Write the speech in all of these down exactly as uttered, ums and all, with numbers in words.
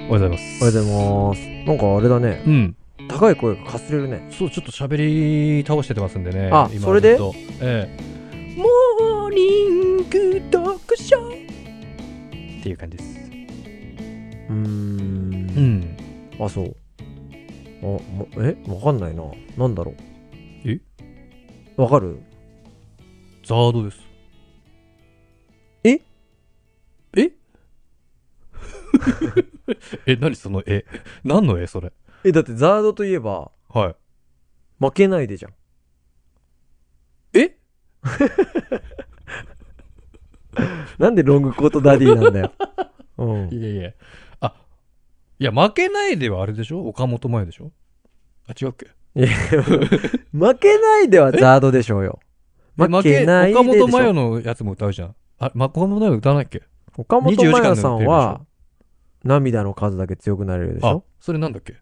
おはようございます。 おはようございます。なんかあれだね。 うん。 高い声がかすれるね。 そう、ちょっと喋り倒しててますんでね。 あ、 今それでずっとええ。モーニング読書っていう感じです。 うーん。 うん。 あ、そう。あ、もえわかんないな。なんだろう。 えわかる？ ザードです。 えええ、何その絵。何の絵それ。 え、だってザードといえば、 はい。 負けないでじゃん。 えなんでロングコートダディなんだよ。うん。 いやいや。あ、いや、負けないではあれでしょ？岡本真也でしょ？あ、違うっけ？ いや負けないではザードでしょうよ。負けないで岡でしょ。 本真也のやつも歌うじゃん。あ、ま、岡本真也歌わないっけ？ 岡本真也さんは、涙の数だけ強くなれるでしょ。 あ、それなんだっけ？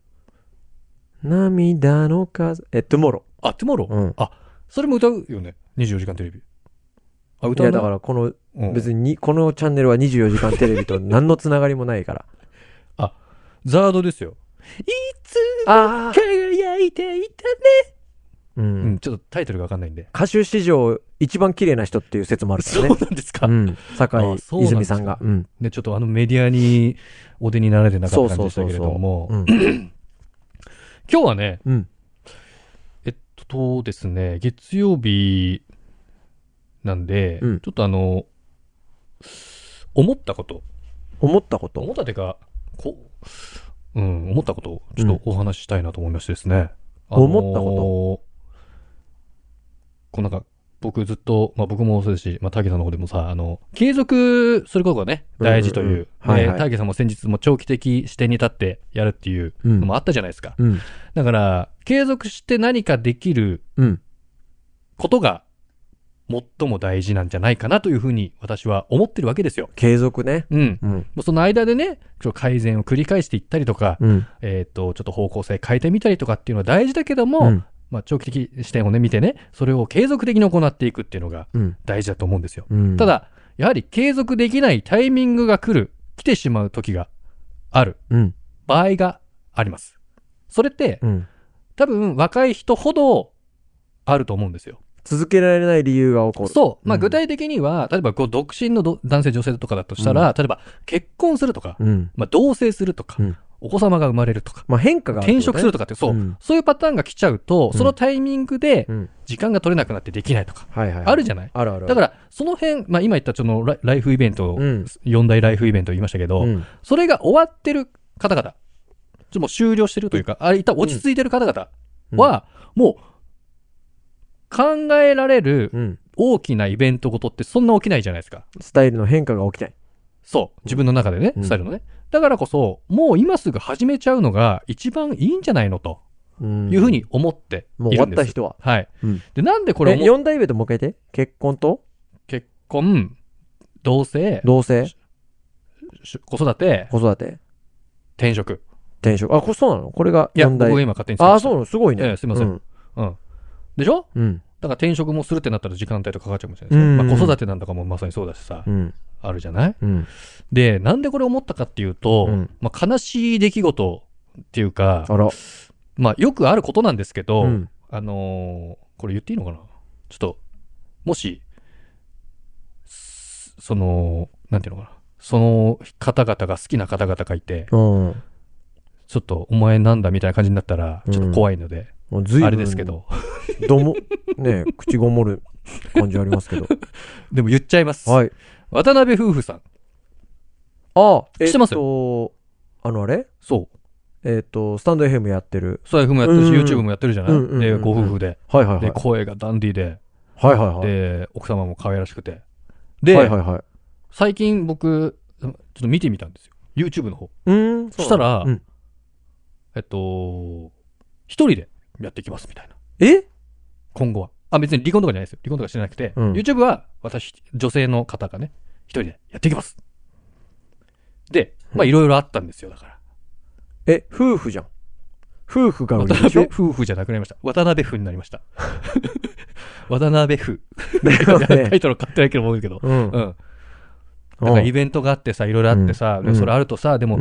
涙の数、え、トゥモロー。あ、トゥモロー、 うん、 あ、それも歌うよね。にじゅうよじかんテレビ。あ、歌う。 いや、だからこの、うん、別にこのチャンネルはにじゅうよじかんテレビと何のつながりもないから。 あ、ザードですよ。いつも輝いていたね。うん、うん、ちょっとタイトルがわかんないんで。 歌手史上一番綺麗な人っていう説もあるからね。 そうなんですか。うん、 酒井泉さんが。うん。 で、ちょっとあのメディアにお出になられてなかった感じでしたけれども。今日はね、うん、えっとですね、月曜日なんで、うん、ちょっとあの、思ったこと。 思ったこと思ったてか、こう、うん、思ったことをちょっとお話ししたいなと思いましてですね。うん、あのー、 思ったことこうなんか、僕ずっと、まあ僕もそうですし、まあタケさんの方でもさ、あの、継続することがね、大事という。タケさんも先日も長期的視点に立ってやるっていうのもあったじゃないですか。うん、だから、継続して何かできることが最も大事なんじゃないかなというふうに私は思ってるわけですよ。 継続ね。 うん。うん、その間でね、ちょっと改善を繰り返していったりとか、うん、えっと、ちょっと方向性変えてみたりとかっていうのは大事だけども、うんまあ、長期的視点をね見てね、それを継続的に行っていくっていうのが大事だと思うんですよ。うん、ただやはり継続できないタイミングが来る来てしまう時がある、うん、場合があります。それって、うん、多分若い人ほどあると思うんですよ。 続けられない理由が起こる。 そう、まあ、具体的には、うん、例えばこう独身の男性女性とかだとしたら、うん、例えば結婚するとか、うんまあ、同棲するとか、うんお子様が生まれるとか、 まあ、変化がある、ね、 転職するとかってそう、うん、そういうパターンが来ちゃうと、うん、そのタイミングで時間が取れなくなってできないとか、うん、あるじゃない、 あるある。 だからその辺、まあ、今言ったそのライライフイベント、うん、よん大ライフイベントを言いましたけど、うん、それが終わってる方々、ちょっともう終了してるというか、あれいった落ち着いてる方々は、うん、もう考えられる大きなイベントごとってそんな起きないじゃないですか。 スタイルの変化が起きない。 そう自分の中でね、うん、スタイルのね。だからこそもう今すぐ始めちゃうのが一番いいんじゃないのというふうに思っているんです。もう終わった人は。 はい。うん、でなんでこれえよん大イベントもう一回言って。結婚と結婚、同棲、 同棲、 子育て、 子育て、 転職。 転職。あ、これそうなの？これがよん大。 いや僕が今勝手にああ、そうなの？すごいね。 ええ、すいません。うん。うん、でしょ？うん。だから転職もするってなったら時間帯とかかっちゃうかもしれないですよ。まあ、子育てなんだかもまさにそうだしさ。うん。あるじゃない、うん、でなんでこれ思ったかっていうと、うんまあ、悲しい出来事っていうかあら、 まあ、よくあることなんですけど、うん、あのー、これ言っていいのかな、ちょっともしそのなんていうのかな、その方々が好きな方々がいて、うん、ちょっとお前なんだみたいな感じになったらちょっと怖いので、うん、あれですけどどうもね口ごもる感じありますけどでも言っちゃいます、はい、渡辺夫婦さん。 ああ、えー、 知ってます？ あのあれそう。 えっ、ー、と、スタンド エフエム やってる。 スタンド エフエム やってるし、うんうん、YouTube もやってるじゃない、うんうんうん、で、ご夫婦で。 はいはいはい。 で、声がダンディーで。 はいはいはい。 で、奥様も可愛らしくて。で、はいはいはい、最近僕、ちょっと見てみたんですよ。YouTube の方。うん。そしたら、うん、えっと、一人でやっていきますみたいな。 え？ 今後は。あ、別に離婚とかじゃないですよ。離婚とかしてなくて、うん、YouTube は私、女性の方がね、一人でやっていきます。で、まあいろいろあったんですよ、だから。 え、夫婦じゃん。夫婦が売りでしょ？渡辺夫婦じゃなくなりました。渡辺夫になりました。渡辺夫。タイトル買ってないけど思うけど。うん。うん。なんかイベントがあってさ、いろいろあってさ、うん、それあるとさ、でも、うん、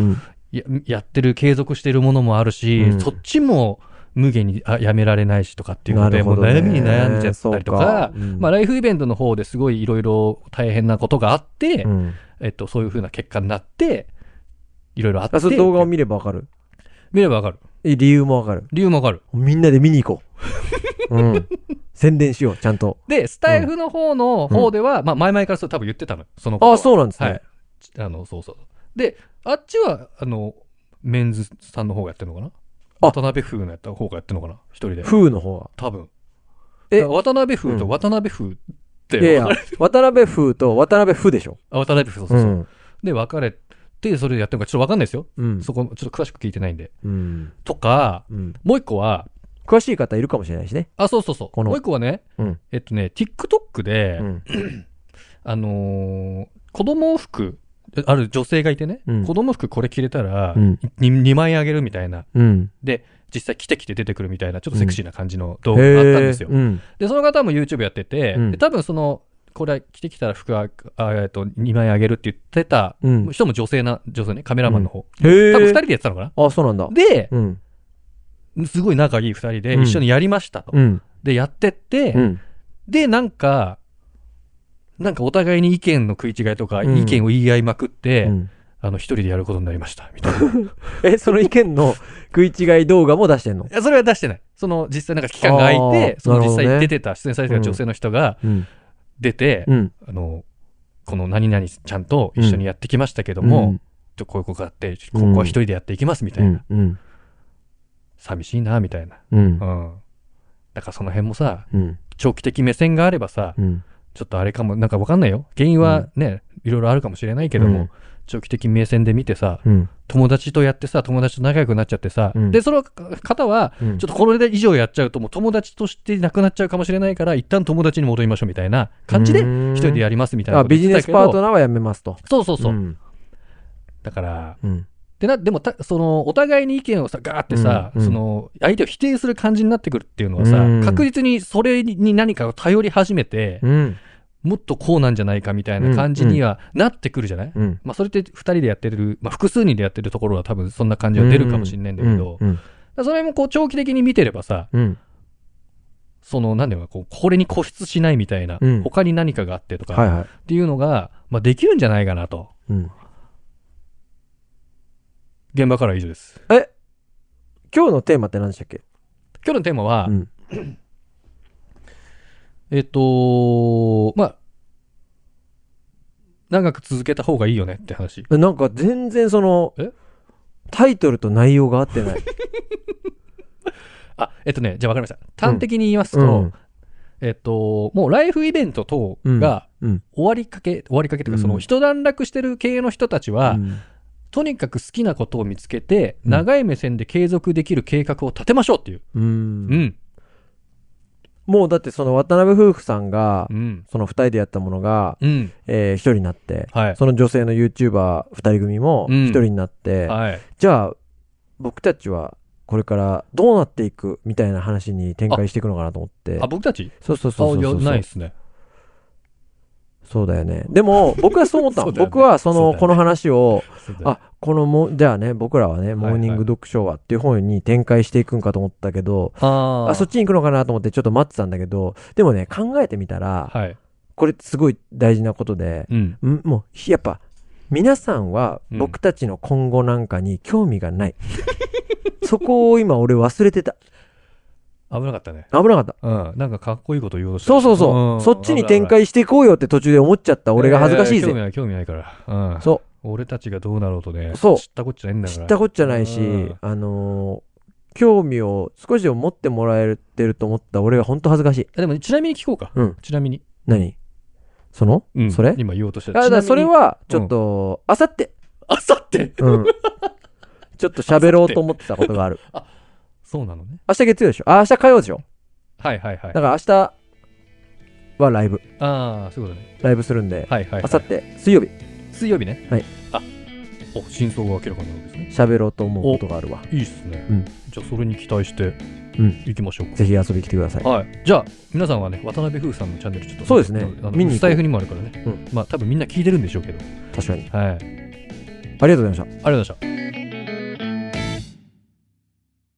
や, やってる継続してるものもあるし、うん、そっちも無限にあやめられないしとかっていうので、ね、もう悩みに悩んじゃったりとか、うん、まあ、ライフイベントの方ですごいいろいろ大変なことがあって、うん、えっと、そういう風な結果になっていろいろあって、 あ、その動画を見ればわかる？ 見ればわかる。 え、理由もわかる？理由もわかる。 みんなで見に行こう。うん。宣伝しよう、ちゃんと。 で、スタイフの方の方では、うん、まあ、前々からそう多分言ってたの。そのことは。あ、そうなんですね。はい。 あの、そうそう。で、あっちは、あの、メンズさんの方がやってるのかな？渡辺風のやった方がやってるのかな？一人で。 風の方は多分。え、渡辺風と渡辺風って、 うん、いやいや、渡辺風と渡辺風でしょ？ あ、渡辺風、そうそうそう。うん、で、分かれて、それでやってるのかちょっと分かんないですよ。うん、そこ、ちょっと詳しく聞いてないんで。うん、とか、うん、もう一個は、 詳しい方いるかもしれないしね。 あ、そうそうそう。もう一個はね、うん、えっとね、TikTok で、うん、あのー、子供服、ある女性がいてね、うん、子供服これ着れたら、うん、に, にまん円あげるみたいな、うん、で実際着てきて出てくるみたいなちょっとセクシーな感じの動画があったんですよ、うん、でその方も YouTube やってて、うん、で多分そのこれ着てきたら服はあ、えっと、にまん円あげるって言ってた人も女性な女性ね、カメラマンの方、うん、多分ふたりでやってたのかな。 あ、そうなんだ。 で、うん、すごい仲いいふたりで一緒にやりましたと、うん、でやってって、うん、でなんかなんかお互いに意見の食い違いとか、うん、意見を言い合いまくって、うん、あの一人でやることになりましたみたいな。 え、その意見の食い違い動画も出してんの？ いや、それは出してない。その実際なんか期間が空いて、その実際出てた、出演されてた女性の人が出て、うん、あのこの何々ちゃんと一緒にやってきましたけども、うん、ちょこういうことがあって、ここは一人でやっていきますみたいな。うんうん、寂しいなみたいな。うん。うん、だからその辺もさ、うん、長期的目線があればさ。うん、ちょっとあれかも、なんかわかんないよ。原因はね、うん、いろいろあるかもしれないけども、うん、長期的目線で見てさ、うん、友達とやってさ、友達と仲良くなっちゃってさ、うん、で、その方は、ちょっとこれ以上やっちゃうと、もう友達としてなくなっちゃうかもしれないから、一旦友達に戻りましょうみたいな感じで、一人でやりますみたいなこと言ってたけど。あ、ビジネスパートナーはやめますと。 そうそうそう。うん、だから、うんでなでもたそのお互いに意見をさガーってさ、うんうん、その相手を否定する感じになってくるっていうのはさ、うん、確実にそれに何かを頼り始めて、うん、もっとこうなんじゃないかみたいな感じにはなってくるじゃない、うんうん、まあ、それってふたりでやってる、まあ、複数人でやってるところは多分そんな感じは出るかもしれないんだけど、うんうんうん、それもこう長期的に見てればさ、うん、そのなんだろうな、こうこれに固執しないみたいな、うん、他に何かがあってとか、はいはい、っていうのが、まあ、できるんじゃないかなと。うん現場からは以上です。 え今日のテーマって何でしたっけ？ 今日のテーマは、うん、えっとまあ長く続けた方がいいよねって話。 なんか全然そのタイトルと内容が合ってない。 あえっとねじゃあ分かりました。端的に言いますと、うん、えっともうライフイベント等が終わりかけ、うん、終わりかけというか、その一段落してる系の人たちは、うんとにかく好きなことを見つけて、うん、長い目線で継続できる計画を立てましょうっていう。うん。うん、 もうだってその渡辺夫婦さんが、うん、その二人でやったものが、うんえー、一人になって、はい、その女性の YouTuber 二人組も一人になって、うんはい、じゃあ僕たちはこれからどうなっていくみたいな話に展開していくのかなと思って。 あ、あ僕たち？ そうそうそうそうそう。 あ、いやないですね。 そうだよね。でも僕はそう思ったの、ね、僕はその、ね、この話を、あこのもじゃあね僕らはねモーニング読書はっていう方に展開していくんかと思ったけど、はいはい、あそっちに行くのかなと思ってちょっと待ってたんだけど、でもね考えてみたら、はい、これすごい大事なことで、うん、もうやっぱ皆さんは僕たちの今後なんかに興味がない、うん、そこを今俺忘れてた。 危なかったね。 危なかった。 うん。なんかかっこいいこと言おうとした。 そうそうそう。うん、そっちに展開していこうよって途中で思っちゃった俺が恥ずかしいぜ。 えー、興味ない、興味ないから。うん。そう。俺たちがどうなろうとね。 そう。 知ったこっちゃないんだから。 知ったこっちゃないし、うん、あのー、興味を少しでも持ってもらえてると思った俺が本当恥ずかしい。 でもちなみに聞こうか。うん。ちなみに。 何その、うん、それ今言おうとした。 あ、だからそれは、ちょっと、あさって。 あさってうん。 ちょっと喋ろうと思ってたことがある。 あ、そうなのね。 明日月曜でしょ？あ、明日火曜でしょ？ はいはいはい。 だから明日はライブ。 ああ、そういうことね。 ライブするんで、 はいはいはい。 あさって水曜日。 水曜日ね。 はい。 あ、お、真相が明らかになるんですね。 喋ろうと思うことがあるわ。 いいっすね。うん。じゃあそれに期待して、うん、行きましょうか。 ぜひ遊びに来てください。 はい。じゃあ皆さんはね、渡辺夫婦さんのチャンネルちょっと。 そうですね。 見にスタイフにもあるからね。うん。まあ多分みんな聞いてるんでしょうけど。 確かに。 はい。ありがとうございました。 ありがとうございました。